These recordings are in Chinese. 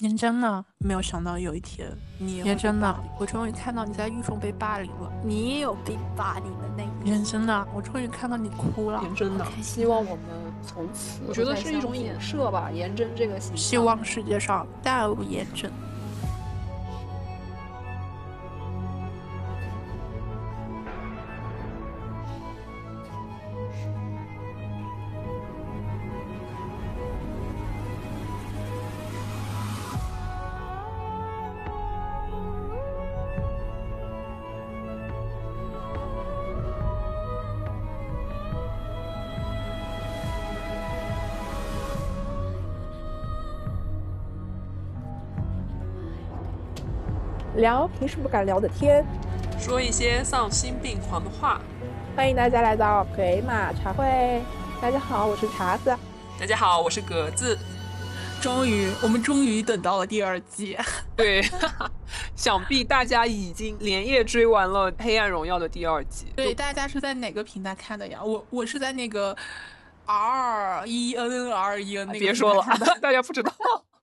认真的没有想到有一天你也会认真的， 被霸凌，我终于看到你在狱中被霸凌了。 你也有被霸凌的那一认真的，我终于看到你哭了。 颜真的，希望我们从此我觉得是一种影射吧，颜真这个形象。 希望世界上再无颜真。 聊平时不敢聊的天， 说一些丧心病狂的话。 欢迎大家来到鬼马茶会。大家好，我是茶子。 大家好，我是格子。 我们终于等到了第二季。 对，想必大家已经连夜追完了《黑暗荣耀》的第二季。 对，大家是在哪个平台看的呀？我是在那个 REN 那个。 别说了，大家不知道。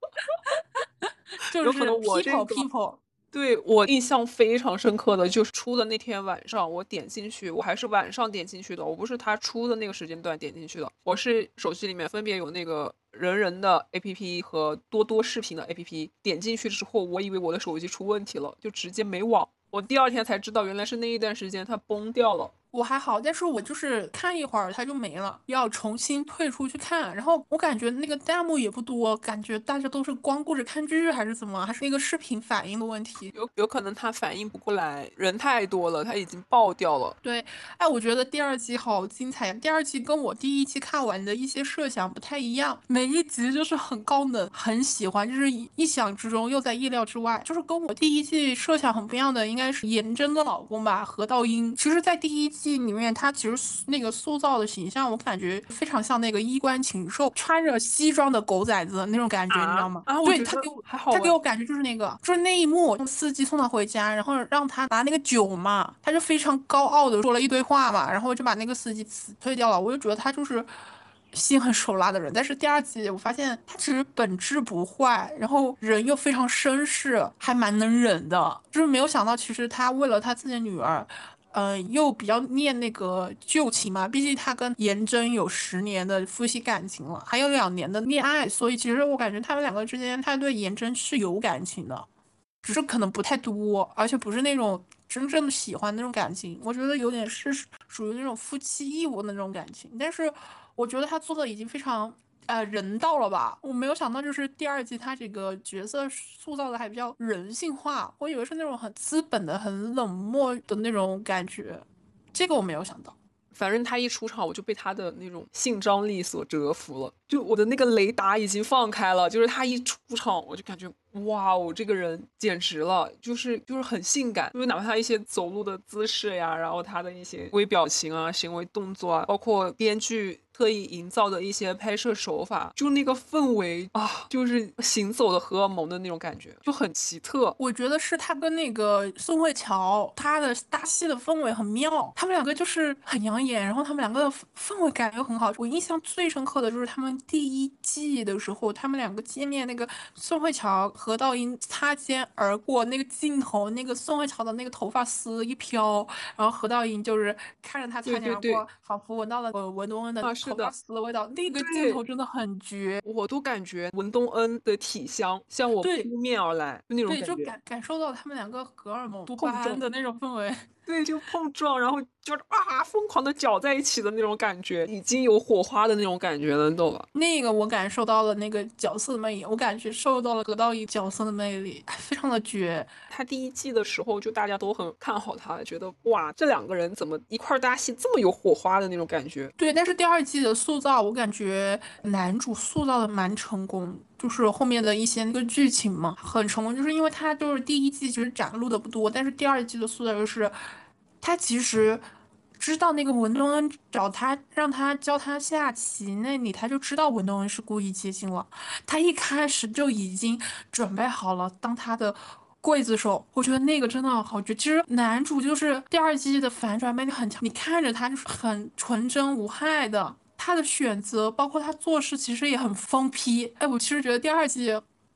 就是有可能我这个 people。 对，我印象非常深刻的就是出的那天晚上，我点进去，我还是晚上点进去的，我不是他出的那个时间段点进去的，我是手机里面分别有那个人人的 APP 和多多视频的 APP， 点进去之后，我以为我的手机出问题了，就直接没网。我第二天才知道，原来是那一段时间它崩掉了。 我还好，但是我就是看一会儿它就没了，要重新退出去看。然后我感觉那个弹幕也不多，感觉大家都是光顾着看剧还是怎么，还是那个视频反应的问题。 有可能它反应不过来，人太多了，它已经爆掉了。 对，哎，我觉得第二季好精彩呀！第二季跟我第一季看完的一些设想不太一样，每一集就是很高冷，很喜欢，就是意想之中又在意料之外。就是跟我第一季设想很不一样的，应该是颜真的老公吧，何道英。其实，在第一季里面，他其实那个塑造的形象，我感觉非常像那个衣冠禽兽，穿着西装的狗崽子那种感觉，你知道吗？对， 我觉得还好。 他给我感觉就是那个，就是那一幕，司机送他回家，然后让他拿那个酒嘛，他就非常高傲的说了一堆话嘛，然后就把那个司机辞退掉了。我就觉得他就是心狠手辣的人。但是第二集我发现他其实本质不坏，然后人又非常绅士，还蛮能忍的。就是没有想到，其实他为了他自己的女儿。又比较念那个旧情嘛，毕竟他跟颜真有10年的夫妻感情了，还有2年的恋爱，所以其实我感觉他们两个之间，他对颜真是有感情的，只是可能不太多，而且不是那种真正的喜欢那种感情。我觉得有点是属于那种夫妻义务的那种感情，但是我觉得他做的已经非常人道了吧？我没有想到，就是第二季他这个角色塑造的还比较人性化，我以为是那种很资本的、很冷漠的那种感觉，这个我没有想到。 反正他一出场，我就被他的那种性张力所折服了，就我的那个雷达已经放开了，就是他一出场，我就感觉哇哦，这个人简直了，就是很性感，就是哪怕他一些走路的姿势呀，然后他的一些微表情啊、行为动作啊，包括编剧特意营造的一些拍摄手法，就那个氛围啊，就是行走的荷尔蒙的那种感觉，就很奇特。 我觉得是他跟那个宋慧乔他的搭戏的氛围很妙，他们两个就是很养眼，然后他们两个的氛围感又很好。我印象最深刻的就是他们第一季的时候，他们两个见面，那个宋慧乔和道英擦肩而过那个镜头，那个宋慧乔的那个头发丝一飘，然后何道英就是看着他擦肩而过，仿佛闻到了文东恩的头发丝的味道，那个镜头真的很绝。 我都感觉文东恩的体香向我扑面而来，就那种感觉， 对，就感受到他们两个荷尔蒙多巴胺的那种氛围。 对，就碰撞，然后就是疯狂的搅在一起的那种感觉，已经有火花的那种感觉了，你懂吧？ 那个我感受到了那个角色的魅力，我感觉受到了葛道一角色的魅力，非常的绝。 他第一季的时候，就大家都很看好他，觉得哇，这两个人怎么一块搭戏这么有火花的那种感觉。 对，但是第二季的塑造，我感觉男主塑造的蛮成功，就是后面的一些那个剧情嘛，很成功，就是因为他就是第一季其实展露的不多，但是第二季的塑造就是他其实。知道那个文东恩找他，让他教他下棋，那里他就知道文东恩是故意接近了。他一开始就已经准备好了当他的刽子手，我觉得那个真的好绝。其实男主就是第二季的反转魅力很强，你看着他就是很纯真无害的，他的选择包括他做事其实也很疯批。哎，我其实觉得第二季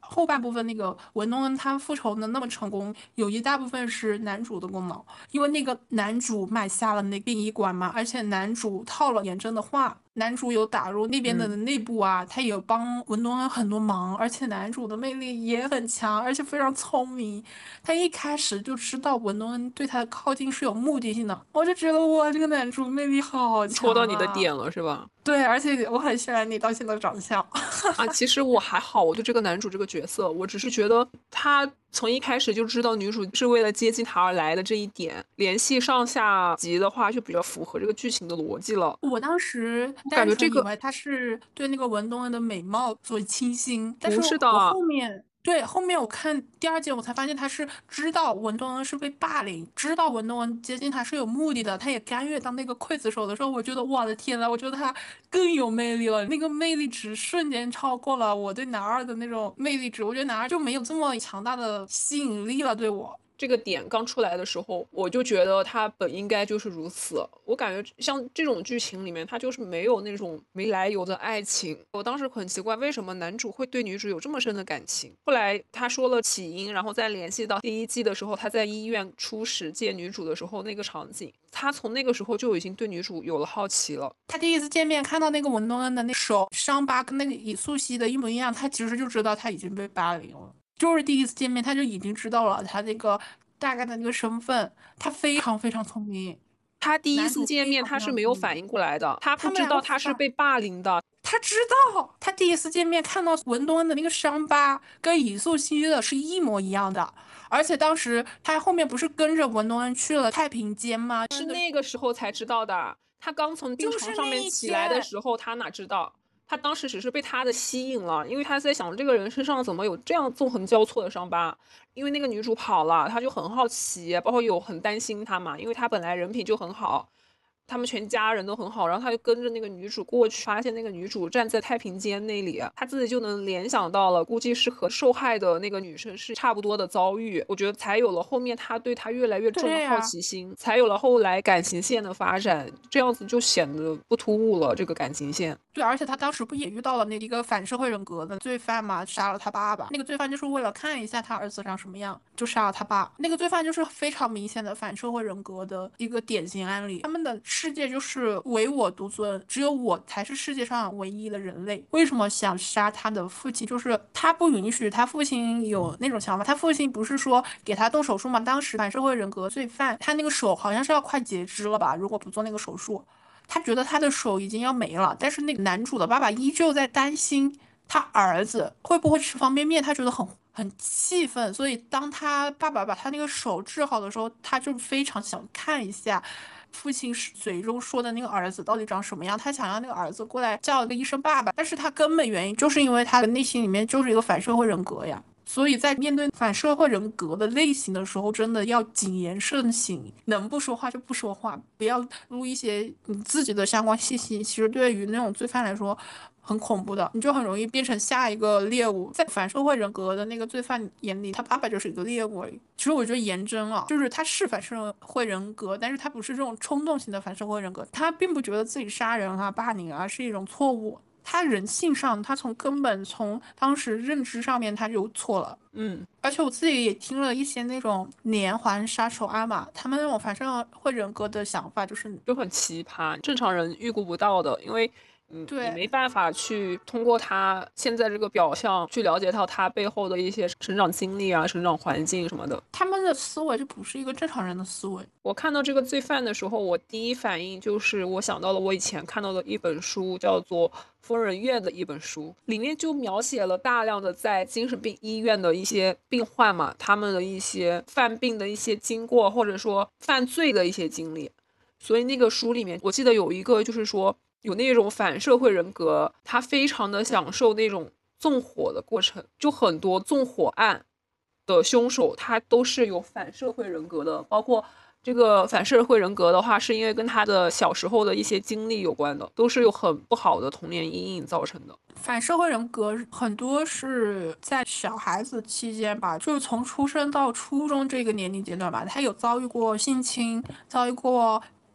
后半部分那个文东恩他复仇的那么成功，有一大部分是男主的功劳，因为那个男主买下了那殡仪馆嘛，而且男主套了颜真的话，男主有打入那边的内部啊，他也帮文东恩很多忙，而且男主的魅力也很强，而且非常聪明，他一开始就知道文东恩对他的靠近是有目的性的，我就觉得哇，这个男主魅力好强戳到你的啊！ 点了是吧？ 对，而且我很喜欢李道宪的长相。 啊，其实我还好，我对这个男主这个角色，我只是觉得他从一开始就知道女主是为了接近他而来的这一点，联系上下集的话就比较符合这个剧情的逻辑了。 我当时我感单觉这个纯以为他是对那个文东恩的美貌所倾心，但是不是的， 我后面我看第二季，我才发现他是知道文东恩是被霸凌，知道文东恩接近他是有目的的，他也甘愿当那个刽子手的时候，我觉得我的天呐，我觉得他更有魅力了，那个魅力值瞬间超过了我对男二的那种魅力值，我觉得男二就没有这么强大的吸引力了，对我。 这个点刚出来的时候，我就觉得他本应该就是如此。我感觉像这种剧情里面，他就是没有那种没来由的爱情。我当时很奇怪，为什么男主会对女主有这么深的感情？后来他说了起因，然后再联系到第一季的时候，他在医院初始见女主的时候那个场景，他从那个时候就已经对女主有了好奇了。 他第一次见面看到那个文东恩的那手伤疤跟那个尹素汐的一模一样，他其实就知道他已经被霸凌了。就是第一次见面，他就已经知道了他那个大概的那个身份。他非常非常聪明， 他第一男主次见面非常非常他是没有聪明。 反应过来的，他他们两个不知道他是被霸凌的。 他知道，他第一次见面看到文东恩的那个伤疤跟尹素汐的是一模一样的，而且当时他后面不是跟着文东恩去了太平间吗？ 是那个时候才知道的。他刚从病就是床上那一面起来的天。 时候，他哪知道？他当时只是被他的吸引了，因为他在想这个人身上怎么有这样纵横交错的伤疤。因为那个女主跑了，他就很好奇，包括有很担心他嘛，因为他本来人品就很好。他们全家人都很好，然后他就跟着那个女主过去，发现那个女主站在太平间那里，他自己就能联想到了，估计是和受害的那个女生是差不多的遭遇。我觉得才有了后面他对她越来越重的好奇心，才有了后来感情线的发展，这样子就显得不突兀了，这个感情线。 对，而且他当时不也遇到了那一个反社会人格的罪犯嘛，杀了他爸爸。那个罪犯就是为了看一下他儿子长什么样，就杀了他爸。那个罪犯就是非常明显的反社会人格的一个典型案例。他们的世界就是唯我独尊，只有我才是世界上唯一的人类。为什么想杀他的父亲？就是他不允许他父亲有那种想法。他父亲不是说给他动手术吗？当时反社会人格罪犯他那个手好像是要快截肢了吧？如果不做那个手术。他觉得他的手已经要没了，但是那个男主的爸爸依旧在担心他儿子会不会吃方便面，他觉得很气愤，所以当他爸爸把他那个手治好的时候，他就非常想看一下父亲嘴中说的那个儿子到底长什么样，他想让那个儿子过来叫一个医生爸爸，但是他根本原因就是因为他的内心里面就是一个反社会人格呀。所以在面对反社会人格的类型的时候，真的要谨言慎行，能不说话就不说话，不要录一些你自己的相关信息。其实对于那种罪犯来说，很恐怖的，你就很容易变成下一个猎物。在反社会人格的那个罪犯眼里，他爸爸就是一个猎物而已。其实我觉得颜真啊，就是他是反社会人格，但是他不是这种冲动型的反社会人格，他并不觉得自己杀人啊、霸凌啊是一种错误。他人性上，他从根本从当时认知上面他就错了。而且我自己也听了一些那种连环杀手案嘛，他们那种反社会人格的想法就很奇葩，正常人预估不到的，因为你没办法去通过他现在这个表象去了解到他背后的一些成长经历啊、成长环境什么的。 他们的思维就不是一个正常人的思维。 我看到这个罪犯的时候，我第一反应就是我想到了我以前看到的一本书，叫做《疯人院》的一本书，里面就描写了大量的在精神病医院的一些病患嘛，他们的一些犯病的一些经过，或者说犯罪的一些经历。所以那个书里面，我记得有一个就是说，有那种反社会人格，他非常的享受那种纵火的过程，就很多纵火案的凶手他都是有反社会人格的，包括这个反社会人格的话，是因为跟他的小时候的一些经历有关的，都是有很不好的童年阴影造成的。 反社会人格很多是在小孩子期间吧，就是从出生到初中这个年龄阶段吧，他有遭遇过性侵，遭遇过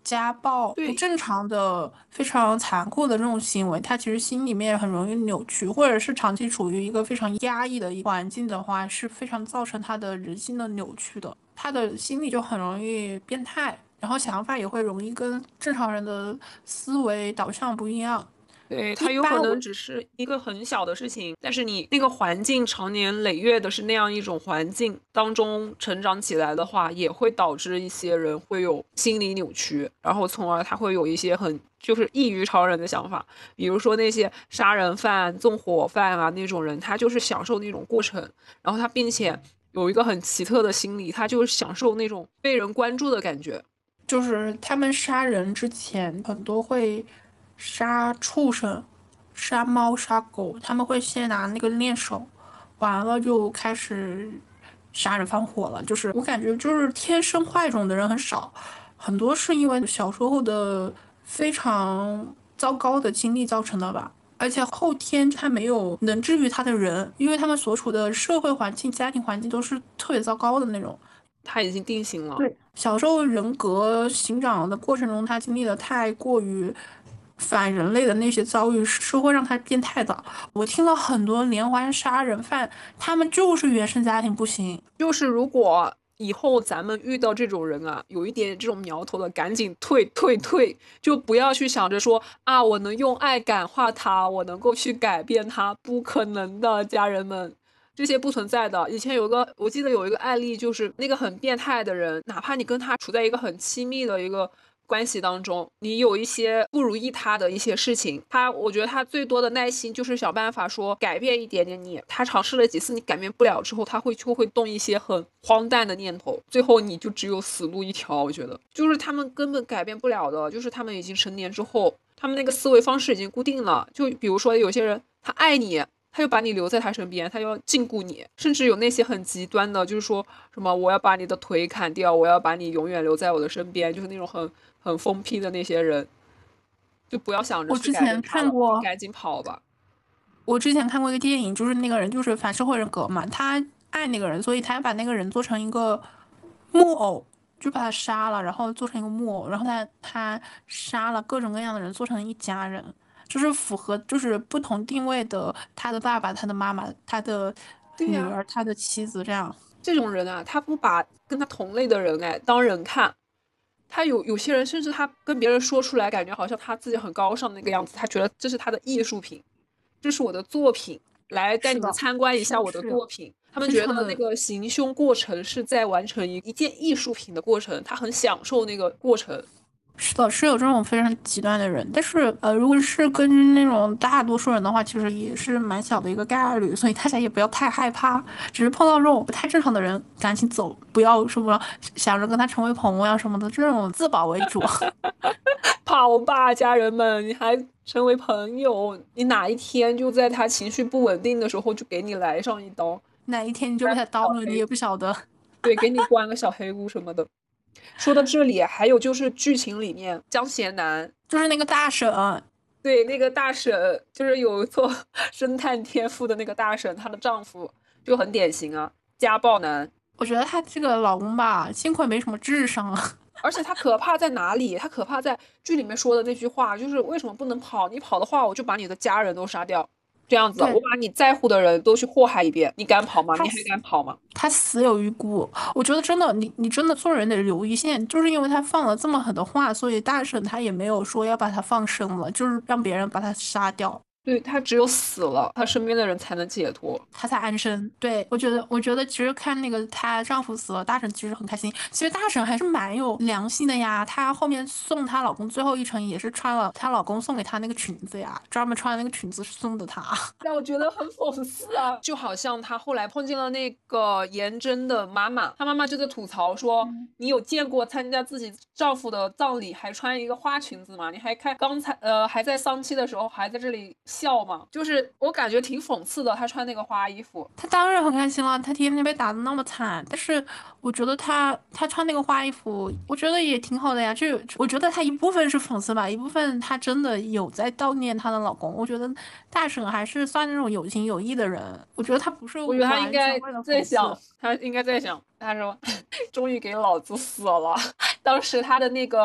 家暴、 对不正常的、非常残酷的这种行为，他其实心里面很容易扭曲，或者是长期处于一个非常压抑的环境的话，是非常造成他的人性的扭曲的。他的心理就很容易变态，然后想法也会容易跟正常人的思维导向不一样。 对， 一它有可般我能只是一个很小的事情，但是你那个环境长年累月的是那样一种环境当中成长起来的话，也会导致一些人会有心理扭曲，然后从而他会有一些就是异于常人的想法，比如说那些杀人犯、纵火犯啊那种人，他就是享受那种过程，然后他并且有一个很奇特的心理，他就是享受那种被人关注的感觉。 就是他们杀人之前，很多会杀畜生、杀猫、杀狗，他们会先拿那个练手，完了就开始杀人放火了。就是我感觉，就是天生坏种的人很少，很多是因为小时候的非常糟糕的经历造成的吧。而且后天他没有能治愈他的人，因为他们所处的社会环境、家庭环境都是特别糟糕的那种。 他已经定型了。 对，小时候人格成长的过程中，他经历了太过于反人类的那些遭遇，是会让他变态的。我听了很多连环杀人犯，他们就是原生家庭不行。 就是如果以后咱们遇到这种人啊，有一点这种苗头的，赶紧退，就不要去想着说啊，我能用爱感化他，我能够去改变他，不可能的，家人们。这些不存在的。以前我记得有一个案例，就是那个很变态的人，哪怕你跟他处在一个很亲密的一个关系当中，你有一些不如意他的一些事情，我觉得他最多的耐心就是想办法说改变一点点你。他尝试了几次，你改变不了之后，他就会动一些很荒诞的念头，最后你就只有死路一条。我觉得就是他们根本改变不了的，就是他们已经成年之后，他们那个思维方式已经固定了。就比如说有些人他爱你，他就把你留在他身边，他要禁锢你，甚至有那些很极端的，就是说什么我要把你的腿砍掉，我要把你永远留在我的身边，就是那种很疯批的那些人，就不要想着去我之前改变他了， 看过， 赶紧跑吧。 我之前看过一个电影，就是那个人就是反社会人格嘛，他爱那个人，所以他把那个人做成一个木偶，就把他杀了，然后做成一个木偶，然后他杀了各种各样的人，做成一家人，就是符合就是不同定位的他的爸爸、他的妈妈、他的对呀， 女儿、他的妻子这样。 这种人啊，他不把跟他同类的人当人看，他有些人甚至他跟别人说出来，感觉好像他自己很高尚的那个样子，他觉得这是他的艺术品，这是我的作品，来带你们是的， 参观一下我的是作品。他们非常的觉得那个行凶过程是在完成一件艺术品的过程，他很享受那个过程。 是的，是有这种非常极端的人，但是如果是根据那种大多数人的话，其实也是蛮小的一个概率，所以大家也不要太害怕，只是碰到这种不太正常的人，赶紧走，不要什么想着跟他成为朋友呀什么的，这种自保为主。 跑吧，家人们，你还成为朋友，你哪一天就在他情绪不稳定的时候就给你来上一刀， 哪一天你就被他刀了，你也不晓得。 对，给你关个小黑屋什么的。说到这里，还有就是剧情里面江贤南， 就是那个大婶， 对，那个大婶，就是有做侦探天赋的那个大婶，她的丈夫就很典型啊，家暴男。 我觉得她这个老公吧，幸亏没什么智商啊。 而且他可怕在哪里？他可怕在剧里面说的那句话，就是为什么不能跑？你跑的话，我就把你的家人都杀掉。这样子， 对， 我把你在乎的人都去祸害一遍，你敢跑吗？ 他你还敢跑吗？ 他死有余辜。我觉得真的，你真的做人得留一线，就是因为他放了这么狠的话，所以大婶他也没有说要把他放生了，就是让别人把他杀掉。 对，他只有死了，他身边的人才能解脱。 她才安生。对，我觉得其实看那个她丈夫死了，大婶其实很开心。其实大婶还是蛮有良心的呀，她后面送她老公最后一程也是穿了她老公送给她那个裙子呀，专门穿的那个裙子送的她。 但我觉得很讽刺啊，就好像她后来碰见了那个颜真的妈妈，她妈妈就在吐槽说：你有见过参加自己丈夫的葬礼还穿一个花裙子吗？你还看刚才还在丧期的时候还在这里笑吗？就是我感觉挺讽刺的，她穿那个花衣服。 她当然很开心了，她天天被打的那么惨，但是我觉得她穿那个花衣服，我觉得也挺好的呀。就我觉得她一部分是讽刺吧，一部分她真的有在悼念她的老公。我觉得大婶还是算那种有情有义的人，我觉得她不是我觉得她应完该全为了讽刺。 在想，她说终于给老子死了。当时她的那个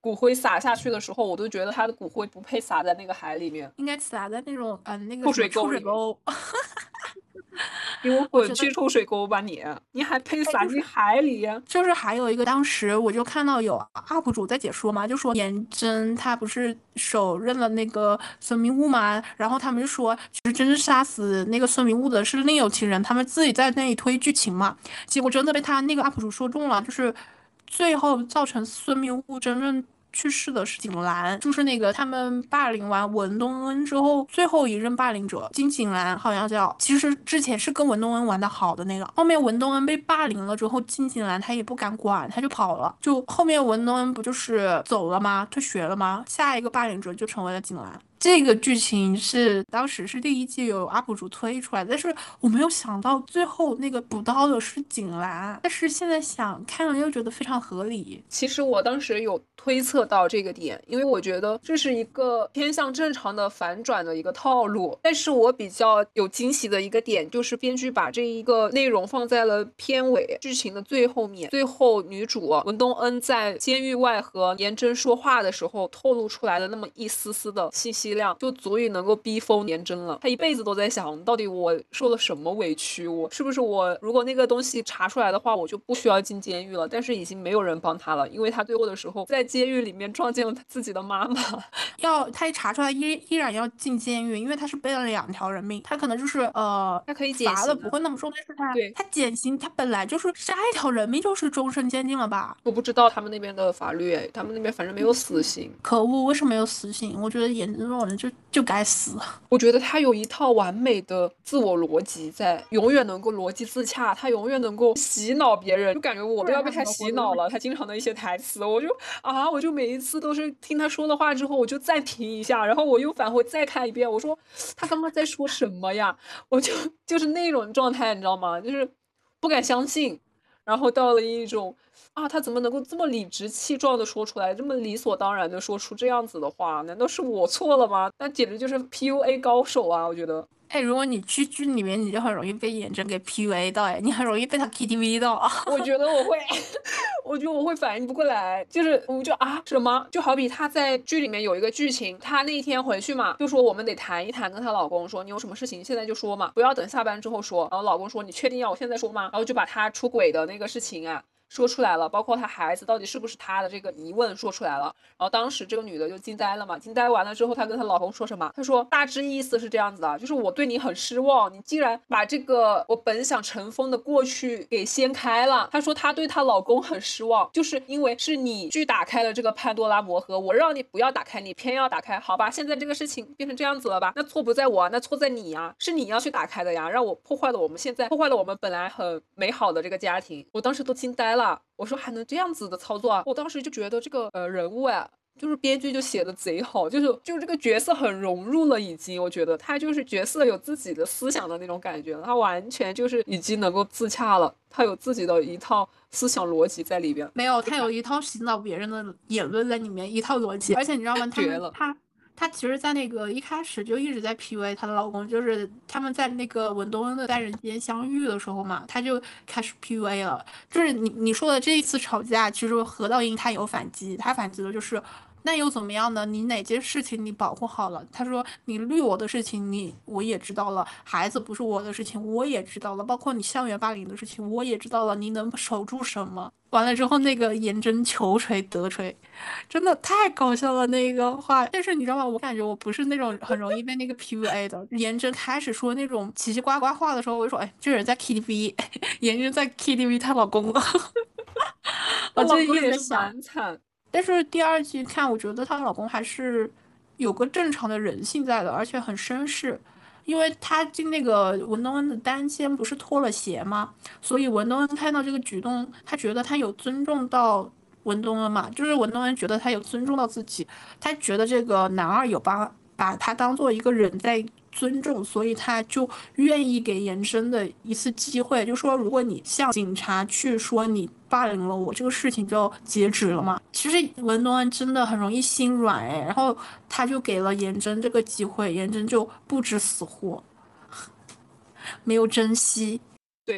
骨灰撒下去的时候，我都觉得他的骨灰不配撒在那个海里面， 应该撒在那种那个臭什么臭水沟里面。 水沟。 给我我觉得滚去臭水沟吧你还配撒进就是海里呀？ 就是还有一个，当时我就看到有 UP 主在解说嘛，就说颜真他不是手刃了那个孙明悟嘛，然后他们就说，其实真正杀死那个孙明悟的是另有其人，他们自己在那里推剧情嘛，结果真的被他那个 UP 主说中了，就是最后造成孙明悟真正去世的是景兰，就是那个他们霸凌完文东恩之后，最后一任霸凌者金景兰好像叫，其实之前是跟文东恩玩的好的那个，后面文东恩被霸凌了之后，金景兰他也不敢管，他就跑了，就后面文东恩不就是走了吗？退学了吗？下一个霸凌者就成为了景兰。这个剧情是当时是第一季有 UP 主推出来的，但是我没有想到最后那个补刀的是景兰，但是现在想看了又觉得非常合理。 其实我当时有推测到这个点，因为我觉得这是一个偏向正常的反转的一个套路。但是我比较有惊喜的一个点，就是编剧把这一个内容放在了片尾剧情的最后面。最后女主文东恩在监狱外和颜真说话的时候，透露出来的那么一丝丝的信息量，就足以能够逼疯颜真了。她一辈子都在想，到底我受了什么委屈？我是不是如果那个东西查出来的话，我就不需要进监狱了？但是已经没有人帮她了，因为她最后的时候在监狱里面撞见了她自己的妈妈。 他一查出来依然要进监狱，因为他是背了2条人命，他可能就是她可以减罚刑的。 的不会那么重，但是对， 他减刑，他本来就是杀一条人命就是终身监禁了吧？ 我不知道他们那边的法律，他们那边反正没有死刑。 可恶，为什么没有死刑？我觉得颜真这种人就该死。 我觉得他有一套完美的自我逻辑在，永远能够逻辑自洽，他永远能够洗脑别人，就感觉我都要被他洗脑了。他经常的一些台词，我就每一次都是听他说的话之后，我就暂停一下，然后我又返回再看一遍，我说他刚刚在说什么呀？就是那种状态，你知道吗？就是不敢相信，然后到了一种他怎么能够这么理直气壮的说出来，这么理所当然的说出这样子的话？难道是我错了吗？那简直就是 PUA 高手啊！我觉得。 哎，如果你去剧里面，你就很容易被颜真给 PUA 到，哎，你很容易被他 KTV 到。 我觉得我会，我觉得我会反应不过来，就是我就什么，就好比她在剧里面有一个剧情，她那一天回去嘛，就说我们得谈一谈，跟她老公说你有什么事情现在就说嘛，不要等下班之后说。然后老公说你确定要我现在说吗？然后就把她出轨的那个事情说出来了，包括她孩子到底是不是她的这个疑问说出来了。然后当时这个女的就惊呆了嘛，惊呆完了之后，她跟她老公说什么？她说大致意思是这样子的，就是我对你很失望，你竟然把这个我本想尘封的过去给掀开了。她说她对她老公很失望，就是因为是你去打开了这个潘多拉魔盒，我让你不要打开，你偏要打开，好吧？现在这个事情变成这样子了吧？那错不在我，那错在你呀，是你要去打开的呀，让我破坏了我们本来很美好的这个家庭。我当时都惊呆了。我说还能这样子的操作啊！我当时就觉得这个人物就是编剧就写的贼好，就这个角色很融入了，已经我觉得他就是角色有自己的思想的那种感觉了，他完全就是已经能够自洽了，他有自己的一套思想逻辑在里边。 没有，他有一套洗脑别人的言论在里面，一套逻辑，而且你知道吗？她其实，在那个一开始就一直在 PUA 她的老公，就是他们在那个文东恩的单人间相遇的时候嘛，她就开始 PUA 了。就是你说的这一次吵架，其实何道英她有反击，她反击的就是。那又怎么样呢？你哪件事情你保护好了？他说你绿我的事情我也知道了，孩子不是我的事情我也知道了，包括你校园霸凌的事情我也知道了，你能守住什么？完了之后，那个颜真求锤得锤，真的太搞笑了那个话。但是你知道吗？我感觉我不是那种很容易被那个 PUA 的。颜真开始说那种奇奇怪怪话的时候，我就说，哎，这人在 KTV，颜真在 KTV 她老公了。我就一直在想。但是第2季看，我觉得她老公还是有个正常的人性在的，而且很绅士。因为他进那个文东恩的单间不是脱了鞋吗？所以文东恩看到这个举动，他觉得他有尊重到文东恩嘛，就是文东恩觉得他有尊重到自己，他觉得这个男二有把他当做一个人在尊重，所以他就愿意给颜真的一次机会，就说如果你向警察去说你霸凌了我，这个事情就截止了嘛。其实文东恩真的很容易心软然后他就给了颜真这个机会，颜真就不知死活，没有珍惜。 对。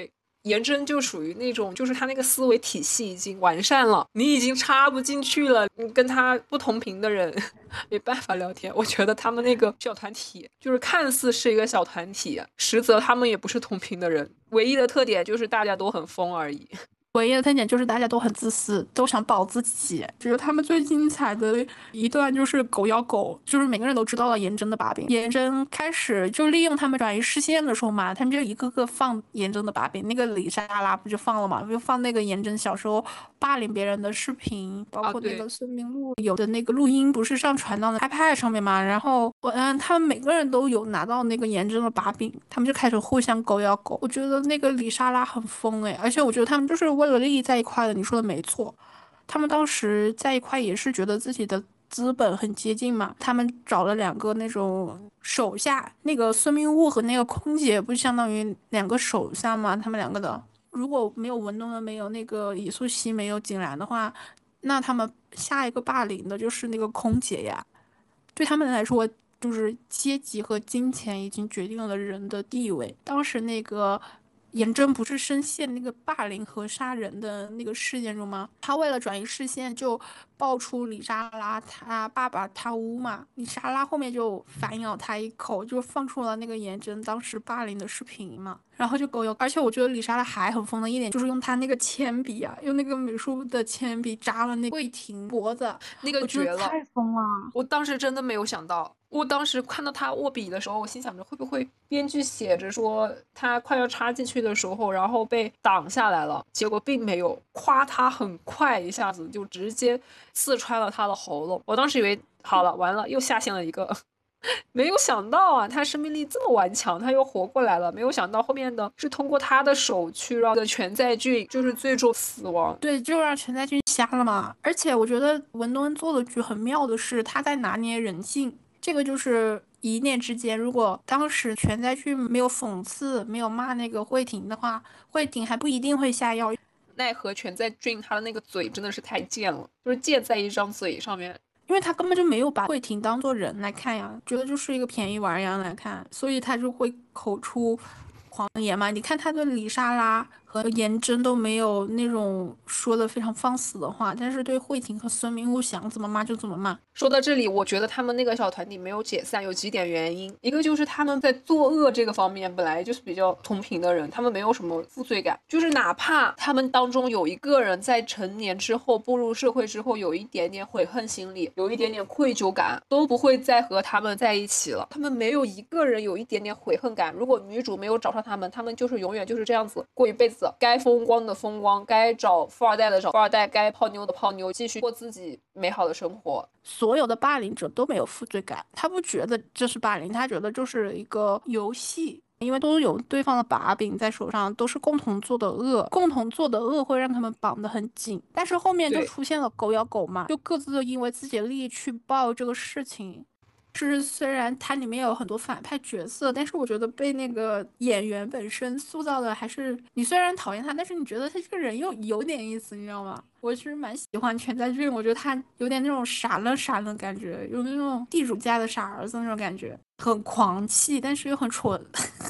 颜真就属于那种，就是他那个思维体系已经完善了，你已经插不进去了，你跟他不同频的人没办法聊天。我觉得他们那个小团体就是看似是一个小团体，实则他们也不是同频的人，唯一的特点就是大家都很疯而已。 唯一的特点就是大家都很自私，都想保自己。只有他们最精彩的一段就是狗咬狗，就是每个人都知道了颜真的把柄。颜真开始就利用他们转移视线的时候嘛，他们就一个个放颜真的把柄。那个李莎拉不就放了嘛，就放那个颜真小时候霸凌别人的视频，包括那个孙明路有的那个录音不是上传到那 iPad 上面嘛，然后他们每个人都有拿到那个颜真的把柄，他们就开始互相狗咬狗。我觉得那个李莎拉很疯哎，而且我觉得他们就是为了利益在一块的，你说的没错。他们当时在一块也是觉得自己的资本很接近嘛，他们找了两个那种手下，那个孙明悟和那个空姐不是相当于两个手下嘛，他们两个的。如果没有文东的，没有那个李素汐，没有景然的话，那他们下一个霸凌的就是那个空姐呀。对他们来说，就是阶级和金钱已经决定了人的地位。当时那个颜真不是深陷那个霸凌和杀人的那个事件中吗？他为了转移视线，就爆出李莎拉他爸爸贪污嘛。李莎拉后面就反咬他一口，就放出了那个颜真当时霸凌的视频嘛。然后就狗咬，而且我觉得李莎拉还很疯的一点，就是用他那个铅笔啊，用那个美术的铅笔扎了那个桂婷脖子， 那个绝了， 太疯了！ 我当时真的没有想到，我当时看到他握笔的时候，我心想着会不会编剧写着说他快要插进去的时候，然后被挡下来了，结果并没有，夸他很快一下子就直接刺穿了他的喉咙。我当时以为好了，完了又下线了一个。没有想到啊，他生命力这么顽强，他又活过来了。没有想到后面的是通过他的手去让全在俊就是最终死亡。 对，就让全在俊瞎了嘛。而且我觉得文东恩做的剧很妙的是，他在拿捏人性，这个就是一念之间。如果当时全在俊没有讽刺，没有骂那个慧婷的话，慧婷还不一定会下药。 奈何全在俊他的那个嘴真的是太贱了，就是贱在一张嘴上面。 因为他根本就没有把慧婷当做人来看呀，觉得就是一个便宜玩一样来看，所以他就会口出狂言嘛。你看他对李莎拉和颜真都没有那种说的非常放肆的话，但是对慧婷和孙明悟想怎么骂就怎么骂。 说到这里，我觉得他们那个小团体没有解散有几点原因，一个就是他们在作恶这个方面本来就是比较同频的人，他们没有什么负罪感，就是哪怕他们当中有一个人在成年之后步入社会之后有一点点悔恨心理，有一点点愧疚感，都不会再和他们在一起了。他们没有一个人有一点点悔恨感，如果女主没有找上他们，他们就是永远就是这样子过一辈子，该风光的风光，该找富二代的找富二代，该泡妞的泡妞，继续过自己美好的生活。 所有的霸凌者都没有负罪感，他不觉得这是霸凌，他觉得就是一个游戏，因为都有对方的把柄在手上，都是共同做的恶，共同做的恶会让他们绑得很紧。但是后面就出现了狗咬狗嘛，就各自都因为自己的利益去报这个事情。是虽然它里面有很多反派角色，但是我觉得被那个演员本身塑造的还是，你虽然讨厌他，但是你觉得他这个人又有点意思，你知道吗？我其实蛮喜欢全在俊，我觉得他有点那种傻愣傻愣的感觉，有那种地主家的傻儿子那种感觉，很狂气，但是又很蠢。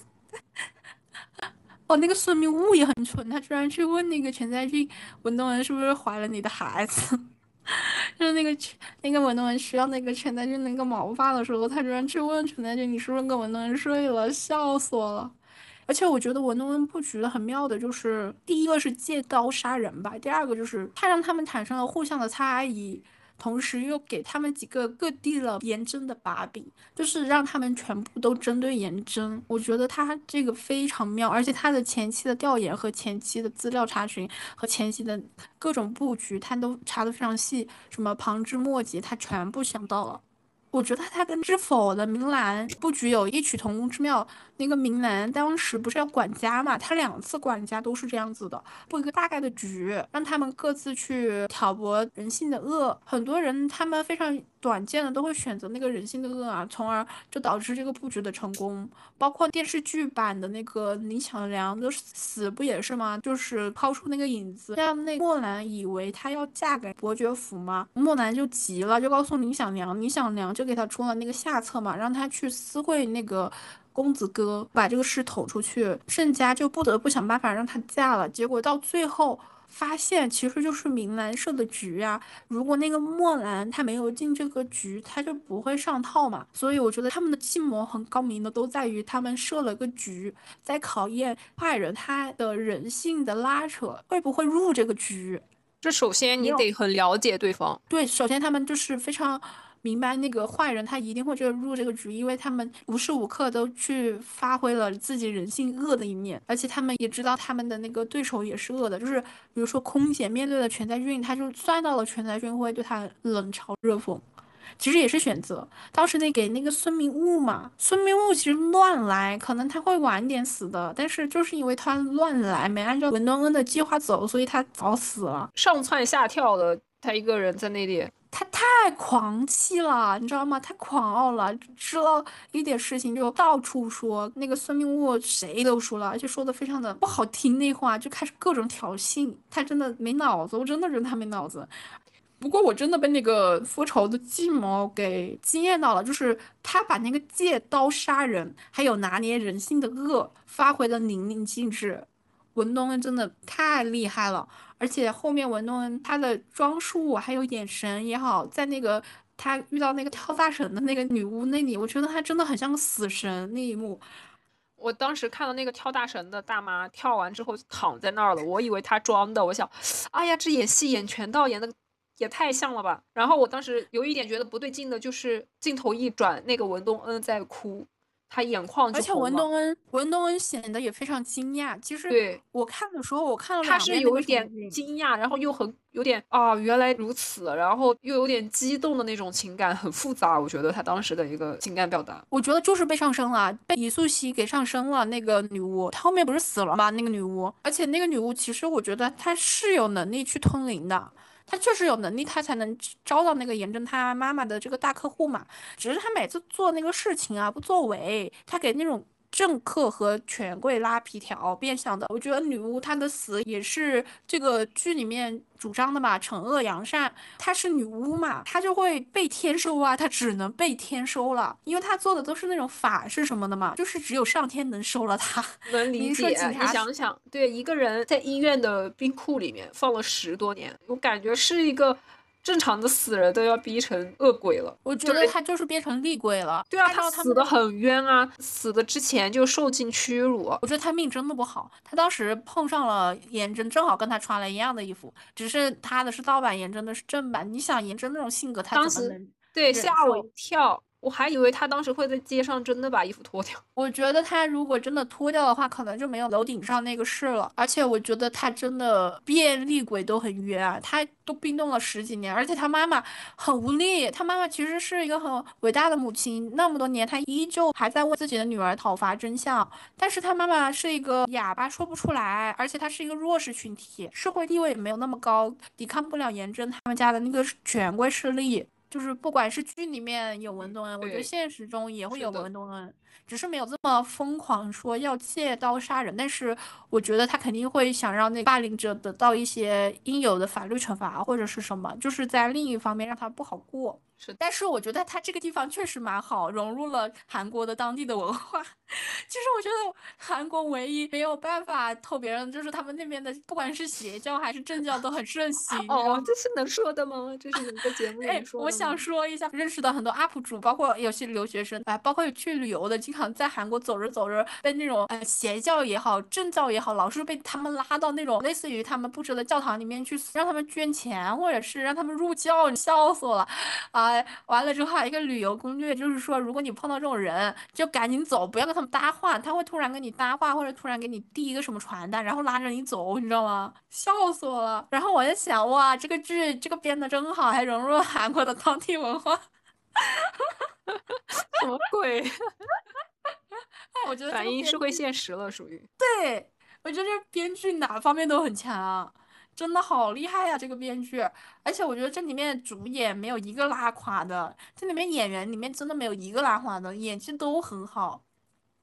哦，那个孙明悟也很蠢，他居然去问那个全在俊，文东文是不是怀了你的孩子？就是那个文东文需要那个全在俊那个毛发的时候，他居然去问全在俊你是不是跟文东文睡了，笑死我了。而且我觉得文东恩布局的很妙的，就是第一个是借刀杀人吧，第二个就是他让他们产生了互相的猜疑，同时又给他们几个各递了颜真的把柄，就是让他们全部都针对颜真。我觉得他这个非常妙，而且他的前期的调研和前期的资料查询和前期的各种布局，他都查得非常细，什么旁枝末节他全部想到了。我觉得他跟知否的明兰布局有异曲同工之妙。那个明兰当时不是要管家嘛，他2次管家都是这样子的，布一个大概的局，让他们各自去挑拨人性的恶。很多人他们非常短见的都会选择那个人性的恶啊，从而就导致这个布局的成功。包括电视剧版的那个林小良的死不也是吗？就是抛出那个影子，让那墨兰以为她要嫁给伯爵府嘛，墨兰就急了，就告诉林小良，林小良就给他出了那个下策嘛，让他去私会那个公子哥把这个事捅出去，盛家就不得不想办法让她嫁了。结果到最后发现，其实就是明兰设的局啊。如果那个墨兰她没有进这个局，她就不会上套嘛。所以我觉得他们的计谋很高明的，都在于他们设了个局，在考验坏人他的人性的拉扯，会不会入这个局。 这首先没有。 你得很了解对方。 对，首先他们就是非常明白那个坏人他一定会入这个局，因为他们无时无刻都去发挥了自己人性恶的一面，而且他们也知道他们的那个对手也是恶的，就是比如说空姐面对了全在俊，他就算到了全在俊会对他冷嘲热讽。其实也是选择，当时得给那个孙明悟嘛，孙明悟其实乱来，可能他会晚点死的，但是就是因为他乱来，没按照文东恩的计划走，所以他早死了。 上蹿下跳的，他一个人在那里。 他太狂气了，你知道吗？太狂傲了，知道一点事情就到处说。那个孙明悟谁都说了，而且说的非常的不好听，那话就开始各种挑衅。他真的没脑子，我真的觉得他没脑子。不过我真的被那个复仇的计谋给惊艳到了，就是他把那个借刀杀人，还有拿捏人性的恶发挥的淋漓尽致。文东恩真的太厉害了，而且后面文东恩他的装束还有眼神也好，在那个他遇到那个跳大神的那个女巫那里，我觉得他真的很像个死神那一幕。 我当时看到那个跳大神的大妈跳完之后就躺在那儿了，我以为她装的，我想，哎呀，这演戏演全道演的也太像了吧。然后我当时有一点觉得不对劲的，就是镜头一转，那个文东恩在哭，他眼眶而且就红了。 文东恩显得也非常惊讶。其实对， 我看的时候，我看了他是两遍那有一点个重映。 惊讶，然后又很有点啊，原来如此，然后又有点激动的那种情感，很复杂。我觉得他当时的一个情感表达。 我觉得就是被上身了，被伊素喜给上身了。那个女巫，她后面不是死了吗？那个女巫，而且那个女巫其实我觉得她是有能力去通灵的，她确实有能力，她才能招到那个严正他妈妈的这个大客户嘛。只是她每次做那个事情啊不作为，她给那种政客和权贵拉皮条，变相的。我觉得女巫她的死也是这个剧里面主张的嘛，惩恶扬善。她是女巫嘛，她就会被天收啊，她只能被天收了，因为她做的都是那种法事什么的嘛，就是只有上天能收了她。 能理你说解，你警察想想，对一个人在医院的冰库里面放了10多年，我感觉是一个正常的死人都要逼成恶鬼了。 我觉得她就是变成厉鬼了。 对啊， 按他照他们的死的很冤啊，死的之前就受尽屈辱。 我觉得他命真的不好，他当时碰上了颜真，正好跟他穿了一样的衣服，只是他的是盗版，颜真的是正版。你想颜真那种性格，他当时怎么能对忍吓我一受？ 跳，我还以为他当时会在街上真的把衣服脱掉。 我觉得他如果真的脱掉的话，可能就没有楼顶上那个事了。而且我觉得他真的变厉鬼都很冤啊，他都冰冻了10几年，而且他妈妈很无力。他妈妈其实是一个很伟大的母亲，那么多年她依旧还在为自己的女儿讨伐真相。但是他妈妈是一个哑巴，说不出来，而且她是一个弱势群体，社会地位也没有那么高，抵抗不了严正他们家的那个权贵势力。就是不管是剧里面有文东恩，我觉得对， 现实中也会有是的。 文东恩。只是没有这么疯狂说要借刀杀人，但是我觉得他肯定会想让那个霸凌者得到一些应有的法律惩罚或者是什么，就是在另一方面让他不好过。 是的。 但是我觉得他这个地方确实蛮好，融入了韩国的当地的文化。其实我觉得韩国唯一没有办法透别人，就是他们那边的，不管是邪教还是正教都很盛行，你知道哦， 吗？ 这是能说的吗？这是能在节目里面哎，我想说的吗？ 说一下，认识的很多 UP 主，包括有些留学生，哎，包括有去旅游的，经常在韩国走着走着，被那种邪教也好，正教也好，老是被他们拉到那种类似于他们布置的教堂里面去，让他们捐钱，或者是让他们入教，笑死我了。啊、完了之后还有一个旅游攻略，就是说，如果你碰到这种人，就赶紧走，不要跟他们搭话，他会突然跟你搭话，或者突然给你递一个什么传单，然后拉着你走，你知道吗？笑死我了。然后我在想，哇，这个剧这个编的真好，还融入了韩国的当地文化。 什么鬼？ 我觉得这反映社会个编剧， 现实了，属于。 对，我觉得这个编剧哪方面都很强，真的好厉害呀，这个编剧。而且我觉得这里面主演没有一个拉垮的，这里面演员里面真的没有一个拉垮的，演技都很好。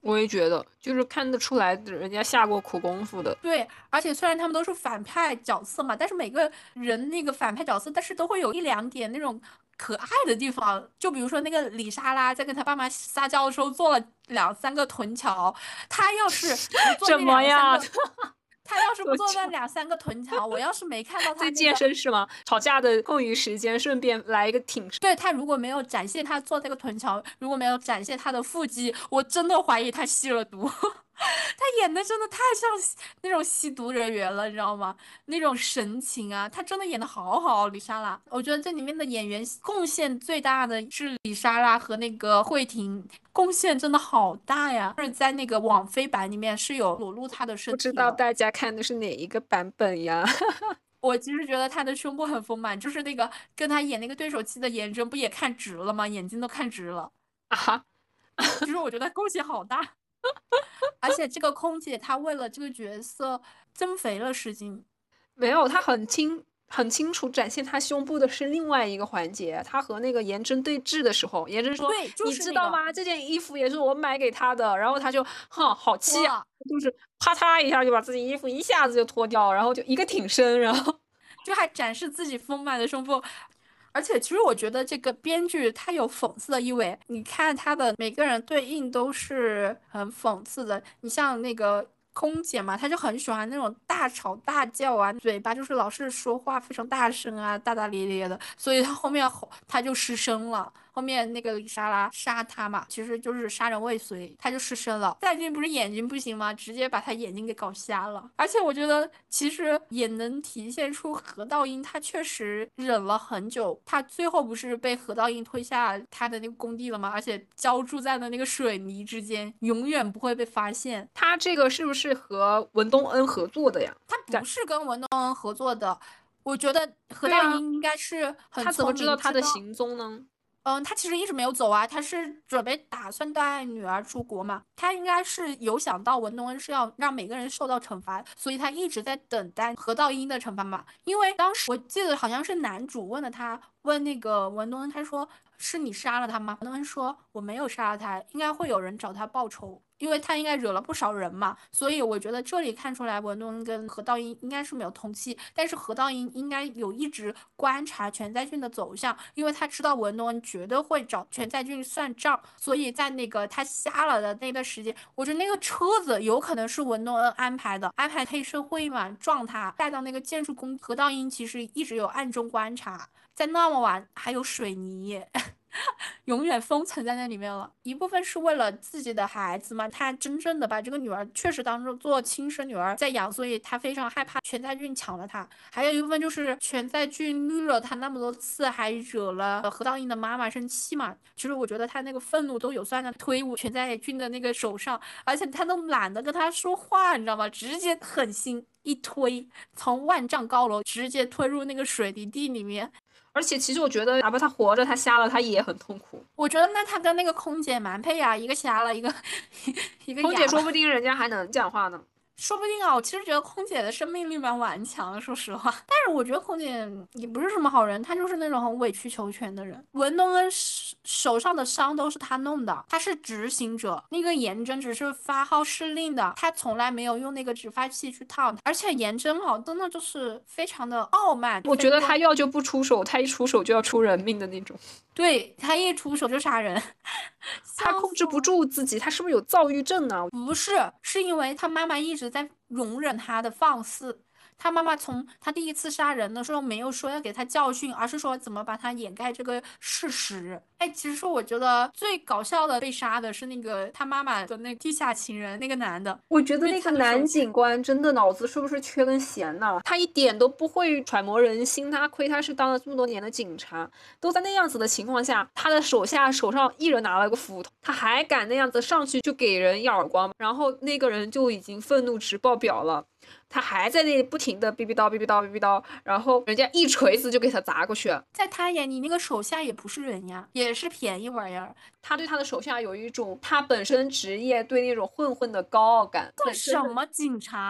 我也觉得，就是看得出来人家下过苦功夫的。 对，而且虽然他们都是反派角色嘛，但是每个人那个反派角色，但是都会有一两点那种可爱的地方。就比如说那个李莎拉在跟他爸妈撒娇的时候做了两三个臀桥，他要是不做什那么呀？ 两三个，他要是不做那臀桥两三个臀桥，我要是没看到他在健那个。 身是吗？吵架的空余时间顺便来一个挺身。 对，他如果没有展现他做这个臀桥，如果没有展现他的腹肌，我真的怀疑他吸了毒。他演的真的太像那种吸毒人员了，你知道吗？那种神情啊，他真的演的好好，李莎拉。我觉得这里面的演员贡献最大的是李莎拉和那个慧婷，贡献真的好大呀！就是在那个网飞版里面是有裸露她的身不知体的。 道大家看的是哪一个版本呀？ 我其实觉得她的胸部很丰满，就是那个跟她演那个对手戏的颜真不也看直了吗？眼睛都看直了。 啊， 就是我觉得贡献好大。而且这个空姐她为了这个角色增肥了10斤。 没有，他很清楚展现他胸部的是另外一个环节。他和那个颜真对峙的时候，颜真说： 对，就 “你是那个知道吗？这件衣服也是我买给他的。”然后他就哼，好气啊， 哇， 就是啪嚓一下就把自己衣服一下子就脱掉，然后就一个挺身，然后就还展示自己丰满的胸部。而且其实我觉得这个编剧他有讽刺的意味，你看他的每个人对应都是很讽刺的。你像那个空姐嘛，她就很喜欢那种大吵大叫啊，嘴巴就是老是说话非常大声啊，大大咧咧的，所以她后面她就失声了。后面那个李莎拉杀他嘛，其实就是杀人未遂，他就失声了。戴军不是眼睛不行吗？直接把他眼睛给搞瞎了。而且我觉得其实也能体现出何道英他确实忍了很久，他最后不是被何道英推下他的那个工地了吗？而且浇筑在了那个水泥之间，永远不会被发现。 他这个是不是和文东恩合作的呀？ 他不是跟文东恩合作的，我觉得何对啊， 道英应该是很他怎么聪明， 知道他知道。 的行踪呢？ 他其实一直没有走啊，他是准备打算带女儿出国嘛。他应该是有想到文东恩是要让每个人受到惩罚，所以他一直在等待何道英的惩罚嘛。因为当时我记得好像是男主问了他，问那个文东恩，他说是你杀了他吗？文东恩说我没有杀了他，应该会有人找他报仇。因为他应该惹了不少人嘛，所以我觉得这里看出来文东恩跟何道英应该是没有通气，但是何道英应该有一直观察全在俊的走向，因为他知道文东恩绝对会找全在俊算账，所以在那个他瞎了的那段时间，我觉得那个车子有可能是文东恩安排的，安排黑社会嘛撞他带到那个建筑工，何道英其实一直有暗中观察，在那么晚还有水泥。永远封存在那里面了。一部分是为了自己的孩子嘛，他真正的把这个女儿确实当做亲生女儿在养，所以他非常害怕全在俊抢了她。还有一部分就是全在俊绿了他那么多次，还惹了何道英的妈妈生气嘛。其实我觉得他那个愤怒都有算在推全在俊的那个手上，而且他都懒得跟他说话，你知道吗？直接狠心一推，从万丈高楼直接推入那个水泥地里面。 而且其实我觉得，哪怕他活着，他瞎了，他也很痛苦。 我觉得那他跟那个空姐蛮配啊，一个瞎了，一个一个哑了。 空姐说不定人家还能讲话呢。 说不定啊，我其实觉得空姐的生命力蛮顽强的，说实话。但是我觉得空姐也不是什么好人，她就是那种很委曲求全的人。文东恩手上的伤都是他弄的，他是执行者，那个颜真只是发号施令的，他从来没有用那个直发器去烫。而且颜真哦，真的就是非常的傲慢。 我觉得他要就不出手，他一出手就要出人命的那种。 对，他一出手就杀人。 他控制不住自己，他是不是有躁郁症呢？ 不是，是因为他妈妈一直在容忍他的放肆。他妈妈从他第一次杀人的时候没有说要给他教训，而是说怎么把他掩盖这个事实。哎，其实我觉得最搞笑的被杀的是那个他妈妈的那个地下情人那个男的。 我觉得那个男警官真的脑子是不是缺根弦呐？他一点都不会揣摩人心，他亏他是当了这么多年的警察，都在那样子的情况下，他的手下手上一人拿了个斧头，他还敢那样子上去就给人一耳光，然后那个人就已经愤怒值爆表了。他还在那里不停的哔哔叨哔哔叨哔哔叨，然后人家一锤子就给他砸过去了。 在他眼里，那个手下也不是人呀，也是便宜玩意儿。 他对他的手下有一种他本身职业对那种混混的高傲感。 做什么警察？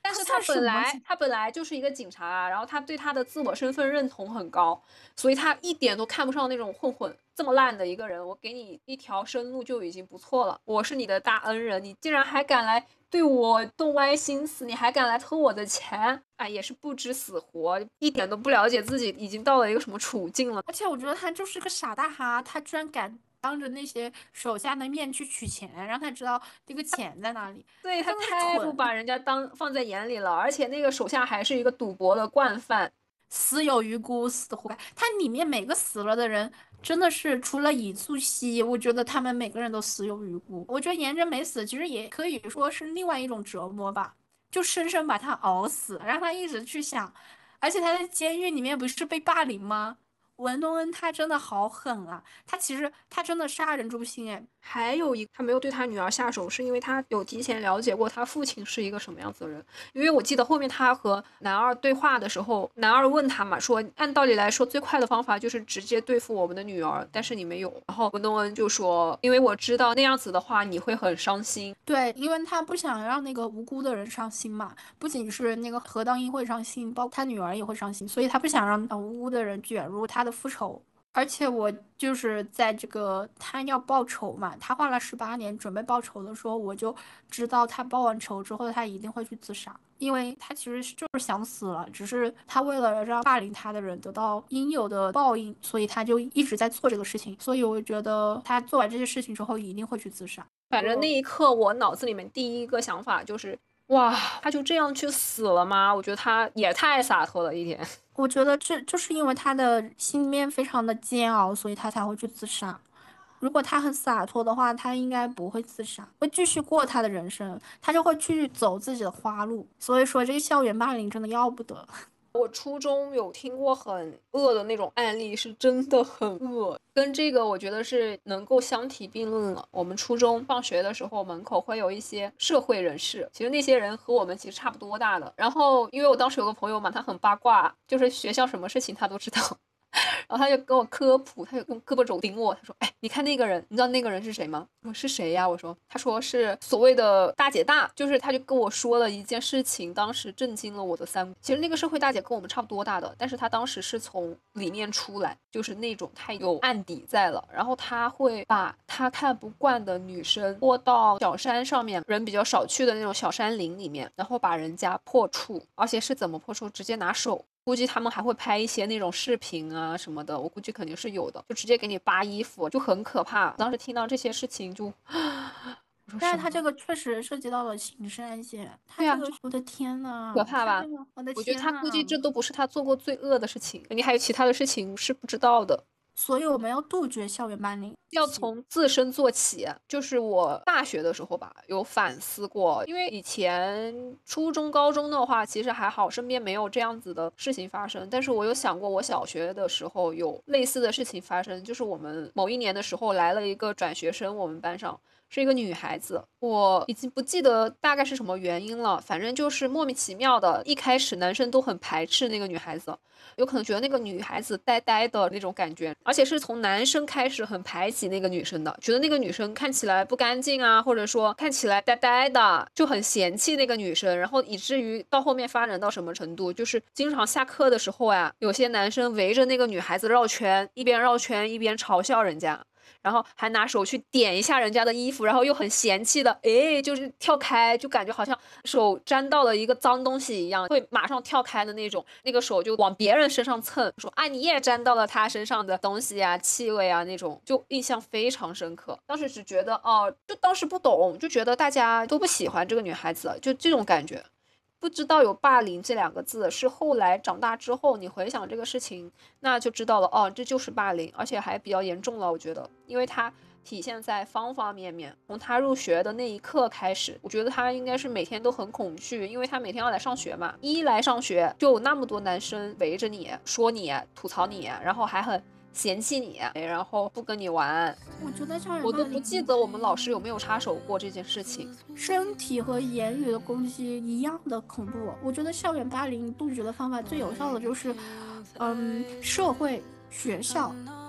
但是算什么他本来就是一个警察啊，然后他对他的自我身份认同很高，所以他一点都看不上那种混混。这么烂的一个人，我给你一条生路就已经不错了。我是你的大恩人，你竟然还敢来对我动歪心思，你还敢来偷我的钱，哎，也是不知死活，一点都不了解自己已经到了一个什么处境了。 而且我觉得他就是个傻大哈，他居然敢当着那些手下的面去取钱，让他知道这个钱在哪里。 对，他真的是太不蠢， 把人家放在眼里了，而且那个手下还是一个赌博的惯犯。 死有余辜，死活该。他里面每个死了的人，真的是除了尹素汐，我觉得他们每个人都死有余辜。我觉得颜真没死，其实也可以说是另外一种折磨吧，就生生把他熬死，让他一直去想。而且他在监狱里面不是被霸凌吗？文东恩他真的好狠啊！他其实他真的杀人诛心哎。 还有他没有对他女儿下手，是因为他有提前了解过他父亲是一个什么样子的人。因为我记得后面他和男二对话的时候，男二问他嘛，说按道理来说最快的方法就是直接对付我们的女儿，但是你没有。然后文东恩就说，因为我知道那样子的话你会很伤心。 对，因为他不想让那个无辜的人伤心嘛，不仅是那个何当英会伤心，包括他女儿也会伤心，所以他不想让无辜的人卷入他的复仇。而且我就是在这个他要报仇嘛，他花了18年准备报仇的时候，我就知道他报完仇之后，他一定会去自杀，因为他其实就是想死了，只是他为了让霸凌他的人得到应有的报应，所以他就一直在做这个事情。所以我觉得他做完这些事情之后，一定会去自杀。 反正那一刻我脑子里面第一个想法就是，哇，他就这样去死了吗？我觉得他也太洒脱了一点。 我觉得这就是因为他的心里面非常的煎熬，所以他才会去自杀。如果他很洒脱的话，他应该不会自杀，会继续过他的人生，他就会去走自己的花路。所以说，这个校园霸凌真的要不得。 我初中有听过很恶的那种案例，是真的很恶，跟这个我觉得是能够相提并论了。我们初中放学的时候，门口会有一些社会人士，其实那些人和我们其实差不多大的。然后因为我当时有个朋友嘛，他很八卦，就是学校什么事情他都知道。然后他就跟我科普，他就用胳膊肘顶我，他说：“哎，你看那个人，你知道那个人是谁吗？”我说：“是谁呀？”我说：“他说是所谓的大姐大，就是他就跟我说了一件事情，当时震惊了我的三观。其实那个社会大姐跟我们差不多大的，但是她当时是从里面出来，就是那种太有案底在了。然后他会把他看不惯的女生拖到小山上面，人比较少去的那种小山林里面，然后把人家破处，而且是怎么破处？直接拿手。”估计他们还会拍一些那种视频啊什么的，我估计肯定是有的，就直接给你扒衣服，就很可怕。当时听到这些事情就， 但是他这个确实涉及到了刑事案件，他对啊， 这个，我的天呐， 可怕吧？ 他这个，我的我觉得天呐！ 他估计这都不是他做过最恶的事情，肯定还有其他的事情是不知道的。 所以我们要杜绝校园霸凌， 要从自身做起，就是我大学的时候吧，有反思过，因为以前初中、高中的话，其实还好，身边没有这样子的事情发生。但是我有想过，我小学的时候有类似的事情发生，就是我们某一年的时候来了一个转学生，我们班上是一个女孩子，我已经不记得大概是什么原因了，反正就是莫名其妙的，一开始男生都很排斥那个女孩子。有可能觉得那个女孩子呆呆的那种感觉，而且是从男生开始很排挤那个女生的，觉得那个女生看起来不干净啊，或者说看起来呆呆的，就很嫌弃那个女生，然后以至于到后面发展到什么程度，就是经常下课的时候呀，有些男生围着那个女孩子绕圈，一边绕圈一边嘲笑人家。然后还拿手去点一下人家的衣服，然后又很嫌弃的，哎，就是跳开，就感觉好像手沾到了一个脏东西一样，会马上跳开的那种，那个手就往别人身上蹭，说啊你也沾到了他身上的东西啊，气味啊那种，就印象非常深刻。当时只觉得哦，就当时不懂，就觉得大家都不喜欢这个女孩子，就这种感觉。不知道有霸凌这两个字，是后来长大之后你回想这个事情，那就知道了哦，这就是霸凌，而且还比较严重了，我觉得，因为它体现在方方面面。从他入学的那一刻开始，我觉得他应该是每天都很恐惧，因为他每天要来上学嘛，一来上学就有那么多男生围着你说你吐槽你，然后还很嫌弃你，然后不跟你玩。 我觉得校园我都霸凌不记得我们老师有没有插手过这件事情。 身体和言语的攻击一样的恐怖。我觉得校园霸凌杜绝的方法最有效的就是，社会、学校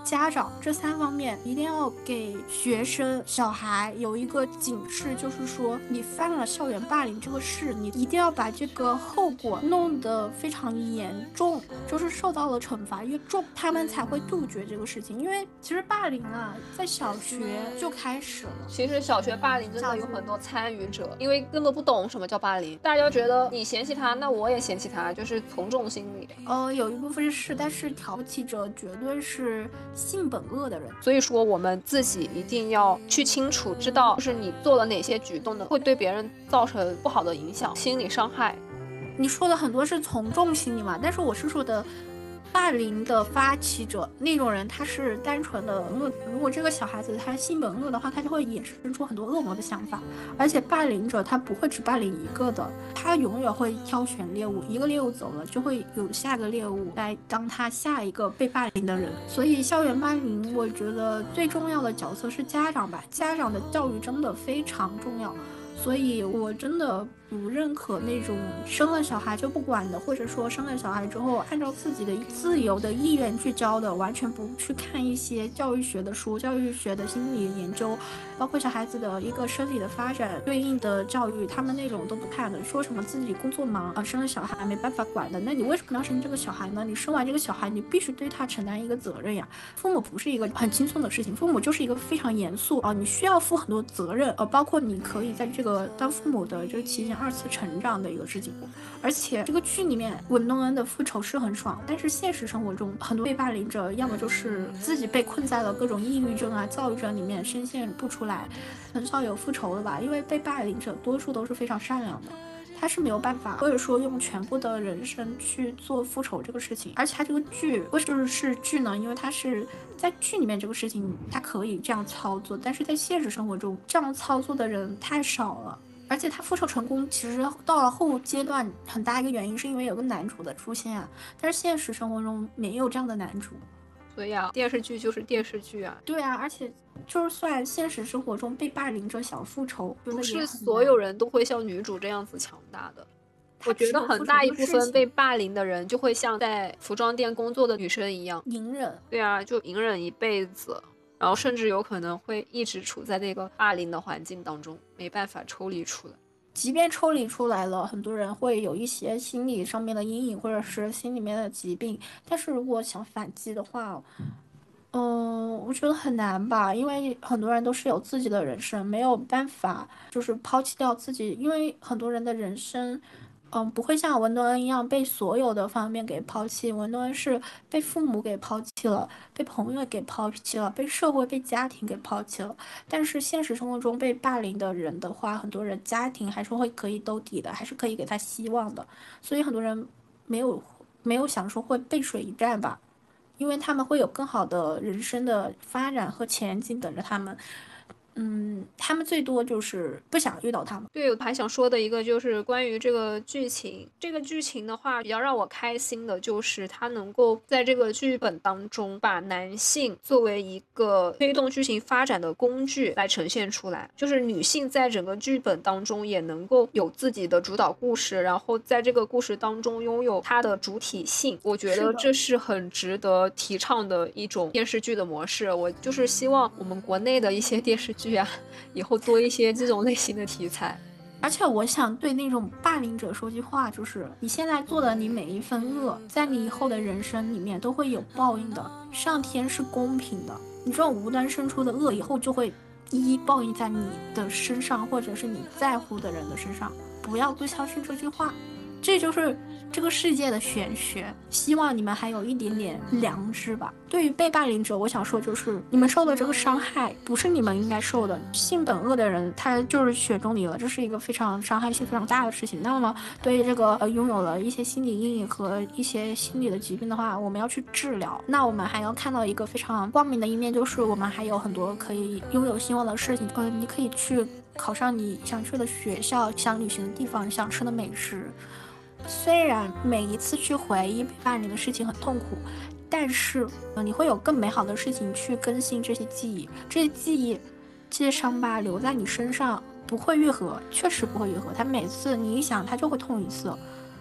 家长这3方面一定要给学生小孩有一个警示，就是说你犯了校园霸凌这个事，你一定要把这个后果弄得非常严重，就是受到了惩罚越重，他们才会杜绝这个事情。因为其实霸凌啊，在小学就开始了。 其实小学霸凌真的有很多参与者，因为根本不懂什么叫霸凌，大家觉得你嫌弃他，那我也嫌弃他，就是从众心理。 有一部分是，但是挑起者绝对是性本恶的人。 所以说我们自己一定要去清楚知道，就是你做了哪些举动的会对别人造成不好的影响，心理伤害。 你说的很多是从众心理嘛，但是我是说的霸凌的发起者那种人，他是单纯的恶。如果这个小孩子他性本恶的话，他就会衍生出很多恶魔的想法。而且霸凌者他不会只霸凌一个的，他永远会挑选猎物，一个猎物走了就会有下个猎物来当他下一个被霸凌的人。所以校园霸凌我觉得最重要的角色是家长吧，家长的教育真的非常重要。所以我真的不认可那种生了小孩就不管的，或者说生了小孩之后按照自己的自由的意愿去教的，完全不去看一些教育学的书、教育学的心理研究，包括小孩子的一个身体的发展对应的教育，他们那种都不看的。说什么自己工作忙啊，生了小孩没办法管的，那你为什么要生这个小孩呢？你生完这个小孩，你必须对他承担一个责任呀。父母不是一个很轻松的事情，父母就是一个非常严肃啊，你需要负很多责任，包括你可以在这个当父母的这个期间2次成长的一个事情。而且这个剧里面文东恩的复仇是很爽，但是现实生活中很多被霸凌者要么就是自己被困在了各种抑郁症啊、躁郁症里面深陷不出来，很少有复仇的吧。因为被霸凌者多数都是非常善良的，他是没有办法或者说用全部的人生去做复仇这个事情。而且他这个剧为什么是剧呢？因为他是在剧里面这个事情他可以这样操作，但是在现实生活中这样操作的人太少了。而且他复仇成功，其实到了后阶段很大一个原因是因为有个男主的出现啊，但是现实生活中没有这样的男主。 所以啊，电视剧就是电视剧啊。 对啊，而且就算现实生活中被霸凌者想复仇， 不是所有人都会像女主这样子强大的。我觉得很大一部分被霸凌的人就会像在服装店工作的女生一样隐忍。 对啊，就隐忍一辈子，然后甚至有可能会一直处在那个霸凌的环境当中，没办法抽离出来。 即便抽离出来了，很多人会有一些心理上面的阴影，或者是心里面的疾病。但是如果想反击的话，我觉得很难吧，因为很多人都是有自己的人生，没有办法就是抛弃掉自己，因为很多人的人生。不会像文东恩一样被所有的方面给抛弃。文东恩是被父母给抛弃了，被朋友给抛弃了，被社会、被家庭给抛弃了。但是现实生活中被霸凌的人的话，很多人家庭还是会可以兜底的，还是可以给他希望的。所以很多人没有想说会背水一战吧，因为他们会有更好的人生的发展和前景等着他们。他们最多就是不想遇到他们。 对，我还想说的一个就是关于这个剧情。这个剧情的话，比较让我开心的就是它能够在这个剧本当中把男性作为一个推动剧情发展的工具来呈现出来，就是女性在整个剧本当中也能够有自己的主导故事，然后在这个故事当中拥有它的主体性。我觉得这是很值得提倡的一种电视剧的模式。我就是希望我们国内的一些电视剧啊，以后多一些这种类型的题材。 而且我想对那种霸凌者说句话，就是你现在做的你每一份恶，在你以后的人生里面都会有报应的，上天是公平的，你这种无端生出的恶以后就会一一报应在你的身上，或者是你在乎的人的身上。不要不相信这句话，这就是这个世界的玄学。希望你们还有一点点良知吧。对于被霸凌者，我想说就是你们受的这个伤害不是你们应该受的。性本恶的人他就是选中你了，这是一个非常伤害性非常大的事情。那么对于这个拥有了一些心理阴影和一些心理的疾病的话，我们要去治疗。那我们还要看到一个非常光明的一面，就是我们还有很多可以拥有希望的事情。你可以去考上你想去的学校，想旅行的地方，想吃的美食。虽然每一次去回忆被霸凌的事情很痛苦，但是你会有更美好的事情去更新这些记忆。这些记忆，这些伤疤留在你身上不会愈合，确实不会愈合。它每次你一想，它就会痛一次。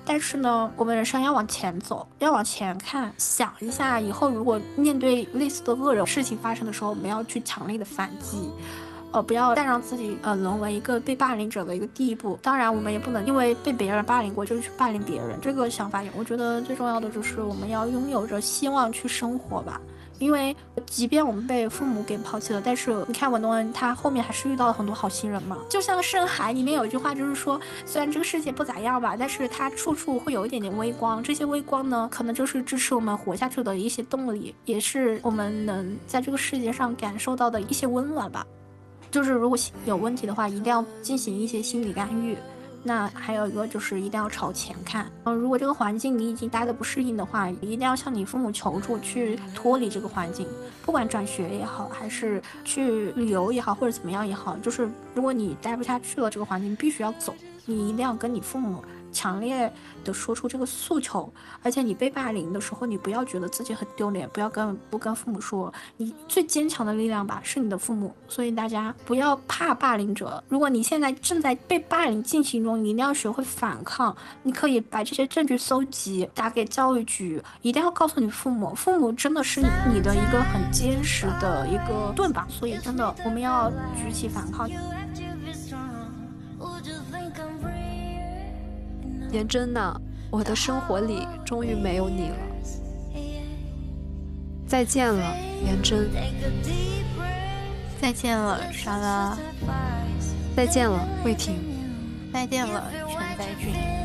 但是呢，我们人生要往前走，要往前看，想一下以后如果面对类似的恶人事情发生的时候，我们要去强烈的反击。不要再让自己沦为一个被霸凌者的一个地步。当然，我们也不能因为被别人霸凌过就去霸凌别人。这个想法，我觉得最重要的就是我们要拥有着希望去生活吧。因为即便我们被父母给抛弃了，但是你看文东恩他后面还是遇到了很多好心人嘛。就像《深海》里面有一句话，就是说虽然这个世界不咋样吧，但是它处处会有一点点微光。这些微光呢，可能就是支持我们活下去的一些动力，也是我们能在这个世界上感受到的一些温暖吧。就是如果有问题的话，一定要进行一些心理干预。那还有一个就是一定要朝前看。如果这个环境你已经待得不适应的话，一定要向你父母求助，去脱离这个环境。不管转学也好，还是去旅游也好，或者怎么样也好，就是如果你待不下去了，这个环境必须要走。你一定要跟你父母强烈的说出这个诉求，而且你被霸凌的时候，你不要觉得自己很丢脸，不跟父母说，你最坚强的力量吧是你的父母。所以大家不要怕霸凌者，如果你现在正在被霸凌进行中，你一定要学会反抗。你可以把这些证据搜集，打给教育局，一定要告诉你父母，父母真的是你的一个很坚实的一个盾吧。所以真的我们要举起反抗。 颜真呐，我的生活里终于没有你了，再见了，颜真。 再见了，莎拉。 再见了，魏婷。 再见了，陈在俊。